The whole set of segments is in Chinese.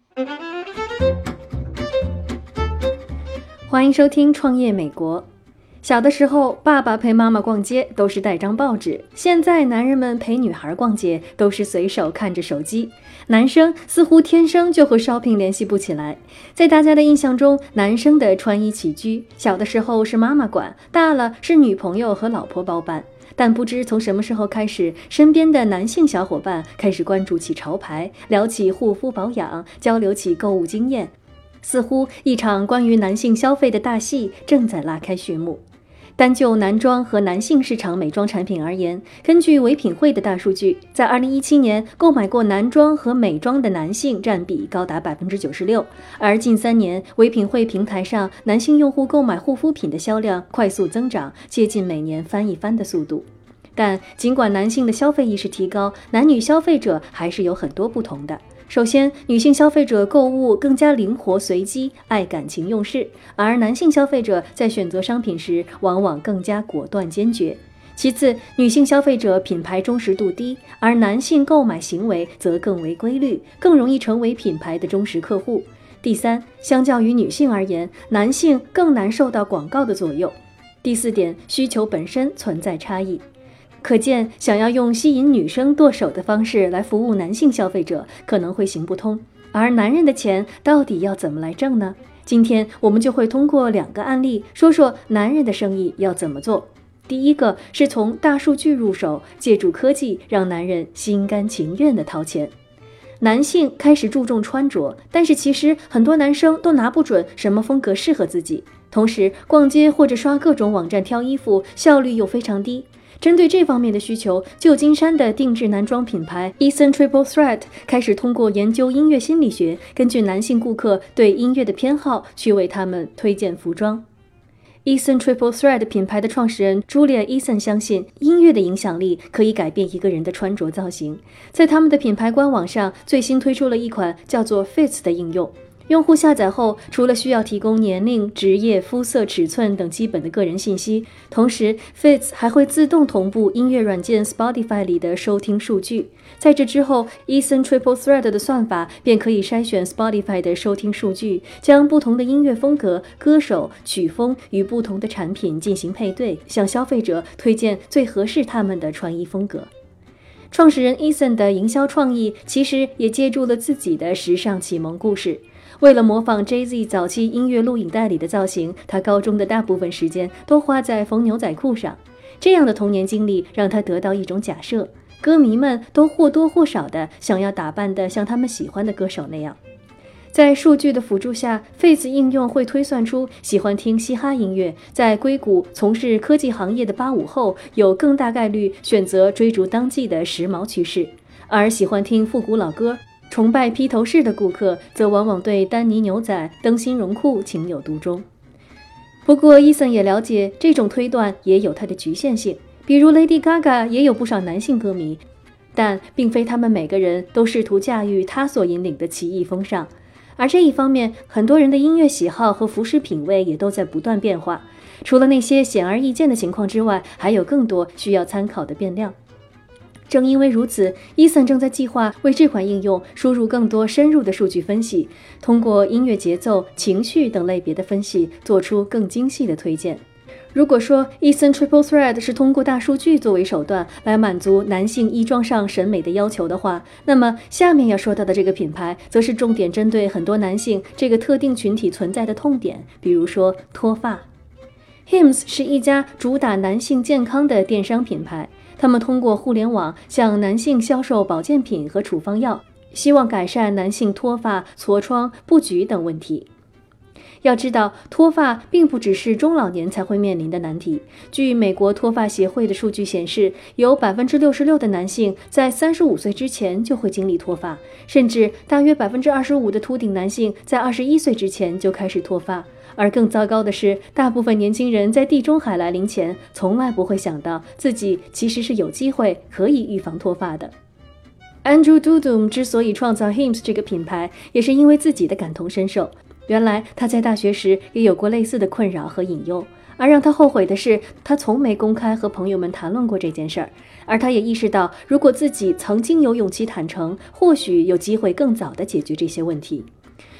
欢迎收听创业美国。小的时候，爸爸陪妈妈逛街都是带张报纸，现在男人们陪女孩逛街都是随手看着手机。男生似乎天生就和 shopping 联系不起来。在大家的印象中，男生的穿衣起居，小的时候是妈妈管，大了是女朋友和老婆包办。但不知从什么时候开始，身边的男性小伙伴开始关注起潮牌，聊起护肤保养，交流起购物经验。似乎一场关于男性消费的大戏正在拉开序幕。单就男装和男性市场美妆产品而言，根据唯品会的大数据，在2017年购买过男装和美妆的男性占比高达 96%， 而近3年唯品会平台上男性用户购买护肤品的销量快速增长，接近每年翻一番的速度。但尽管男性的消费意识提高，男女消费者还是有很多不同的。首先，女性消费者购物更加灵活随机，爱感情用事，而男性消费者在选择商品时往往更加果断坚决。其次，女性消费者品牌忠实度低，而男性购买行为则更为规律，更容易成为品牌的忠实客户。第三，相较于女性而言，男性更难受到广告的左右。第四点，需求本身存在差异。可见，想要用吸引女生剁手的方式来服务男性消费者，可能会行不通。而男人的钱到底要怎么来挣呢？今天我们就会通过2个案例，说说男人的生意要怎么做。第一个是从大数据入手，借助科技让男人心甘情愿地掏钱。男性开始注重穿着，但是其实很多男生都拿不准什么风格适合自己，同时逛街或者刷各种网站挑衣服，效率又非常低。针对这方面的需求，旧金山的定制男装品牌 Eason Triple Threat 开始通过研究音乐心理学，根据男性顾客对音乐的偏好去为他们推荐服装。Eason Triple Threat 品牌的创始人 Julia Eason 相信，音乐的影响力可以改变一个人的穿着造型。在他们的品牌官网上，最新推出了一款叫做 Fits 的应用。用户下载后，除了需要提供年龄、职业、肤色、尺寸等基本的个人信息，同时 Fits 还会自动同步音乐软件 Spotify 里的收听数据。在这之后， Eason Triple Threat 的算法便可以筛选 Spotify 的收听数据，将不同的音乐风格、歌手、曲风与不同的产品进行配对，向消费者推荐最合适他们的穿衣风格。创始人 Eason 的营销创意其实也借助了自己的时尚启蒙故事。为了模仿 Jay-Z 早期音乐录影带里的造型，他高中的大部分时间都花在缝牛仔裤上。这样的童年经历让他得到一种假设，歌迷们都或多或少的想要打扮得像他们喜欢的歌手那样。在数据的辅助下， Fits 应用会推算出喜欢听嘻哈音乐，在硅谷从事科技行业的85后有更大概率选择追逐当季的时髦趋势，而喜欢听复古老歌、崇拜披头士的顾客则往往对丹尼牛仔、灯芯绒裤情有独钟。不过 Eason 也了解这种推断也有它的局限性，比如 Lady Gaga 也有不少男性歌迷，但并非他们每个人都试图驾驭他所引领的奇异风尚。而这一方面，很多人的音乐喜好和服饰品味也都在不断变化，除了那些显而易见的情况之外，还有更多需要参考的变量。正因为如此， Eason 正在计划为这款应用输入更多深入的数据分析，通过音乐节奏、情绪等类别的分析，做出更精细的推荐。如果说 Eason Triple Threat 是通过大数据作为手段来满足男性衣装上审美的要求的话，那么下面要说到的这个品牌则是重点针对很多男性这个特定群体存在的痛点，比如说脱发。Hims 是一家主打男性健康的电商品牌，他们通过互联网向男性销售保健品和处方药，希望改善男性脱发、痤疮、不举等问题。要知道，脱发并不只是中老年才会面临的难题。据美国脱发协会的数据显示，有 66% 的男性在35岁之前就会经历脱发，甚至大约 25% 的秃顶男性在21岁之前就开始脱发。而更糟糕的是，大部分年轻人在地中海来临前，从来不会想到自己其实是有机会可以预防脱发的。Andrew Dudum 之所以创造 Hims 这个品牌，也是因为自己的感同身受。原来他在大学时也有过类似的困扰和隐忧，而让他后悔的是，他从没公开和朋友们谈论过这件事儿。而他也意识到，如果自己曾经有勇气坦诚，或许有机会更早地解决这些问题。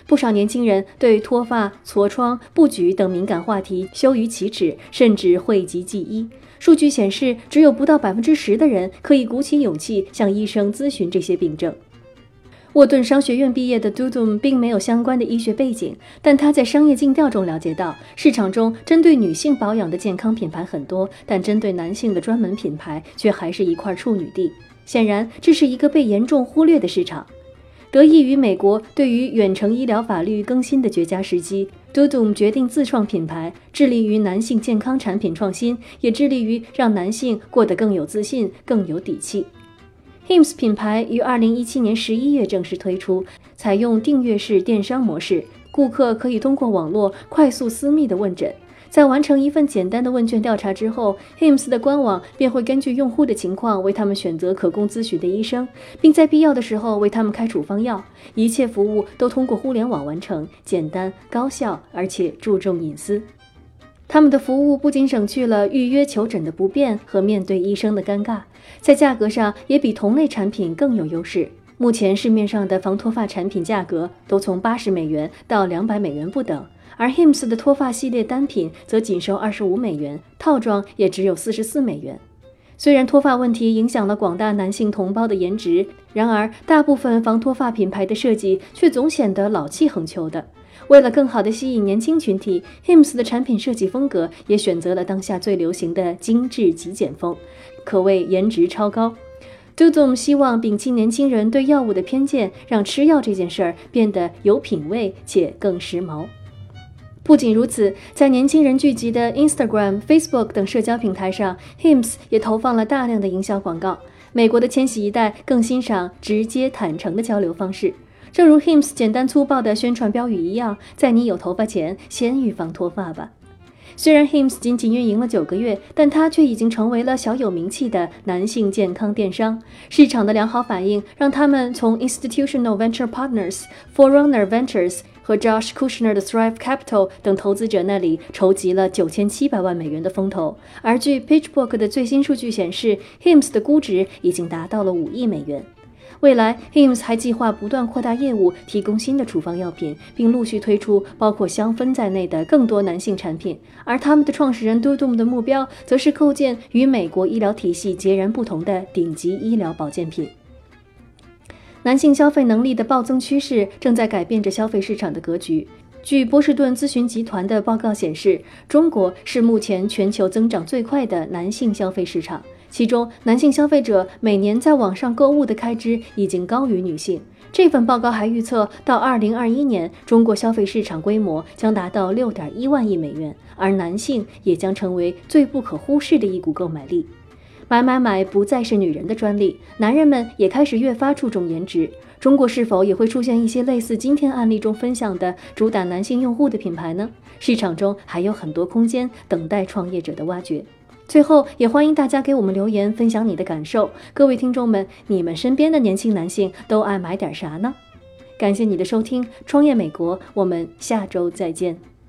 不少年轻人对脱发、痤疮、不举等敏感话题羞于启齿，甚至讳疾忌医。数据显示，只有不到10%的人可以鼓起勇气向医生咨询这些病症。沃顿商学院毕业的 Dudum 并没有相关的医学背景，但他在商业尽调中了解到，市场中针对女性保养的健康品牌很多，但针对男性的专门品牌却还是一块处女地。显然，这是一个被严重忽略的市场。得益于美国对于远程医疗法律更新的绝佳时机， Dudum 决定自创品牌，致力于男性健康产品创新，也致力于让男性过得更有自信、更有底气。Hims 品牌于2017年11月正式推出，采用订阅式电商模式，顾客可以通过网络快速私密的问诊。在完成一份简单的问卷调查之后， Hims 的官网便会根据用户的情况为他们选择可供咨询的医生，并在必要的时候为他们开处方药。一切服务都通过互联网完成，简单高效，而且注重隐私。他们的服务不仅省去了预约求诊的不便和面对医生的尴尬，在价格上也比同类产品更有优势。目前市面上的防脱发产品价格都从$80到$200不等，而 Hims 的脱发系列单品则仅收$25，套装也只有$44。虽然脱发问题影响了广大男性同胞的颜值，然而大部分防脱发品牌的设计却总显得老气横秋的。为了更好地吸引年轻群体， Hims 的产品设计风格也选择了当下最流行的精致极简风，可谓颜值超高。Dudum 希望摒弃年轻人对药物的偏见，让吃药这件事儿变得有品味且更时髦。不仅如此，在年轻人聚集的 Instagram、Facebook 等社交平台上， Hims 也投放了大量的营销广告。美国的千禧一代更欣赏直接坦诚的交流方式。正如 Hims 简单粗暴的宣传标语一样，在你有头发前，先预防脱发吧。虽然 Hims 仅仅运营了9个月，但它却已经成为了小有名气的男性健康电商。市场的良好反应让他们从 Institutional Venture Partners、Forerunner Ventures 和 Josh Kushner 的 Thrive Capital 等投资者那里筹集了$9700万的风投。而据 PitchBook 的最新数据显示， Hims 的估值已经达到了$5亿。未来 Hims 还计划不断扩大业务，提供新的处方药品，并陆续推出包括香氛在内的更多男性产品。而他们的创始人 Dudum 的目标则是构建与美国医疗体系截然不同的顶级医疗保健品。男性消费能力的暴增趋势正在改变着消费市场的格局。据波士顿咨询集团的报告显示，中国是目前全球增长最快的男性消费市场，其中男性消费者每年在网上购物的开支已经高于女性。这份报告还预测，到2021年，中国消费市场规模将达到6.1万亿美元，而男性也将成为最不可忽视的一股购买力。买不再是女人的专利，男人们也开始越发注重颜值。中国是否也会出现一些类似今天案例中分享的主打男性用户的品牌呢？市场中还有很多空间等待创业者的挖掘。最后，也欢迎大家给我们留言，分享你的感受。各位听众们，你们身边的年轻男性都爱买点啥呢？感谢你的收听，创业美国，我们下周再见。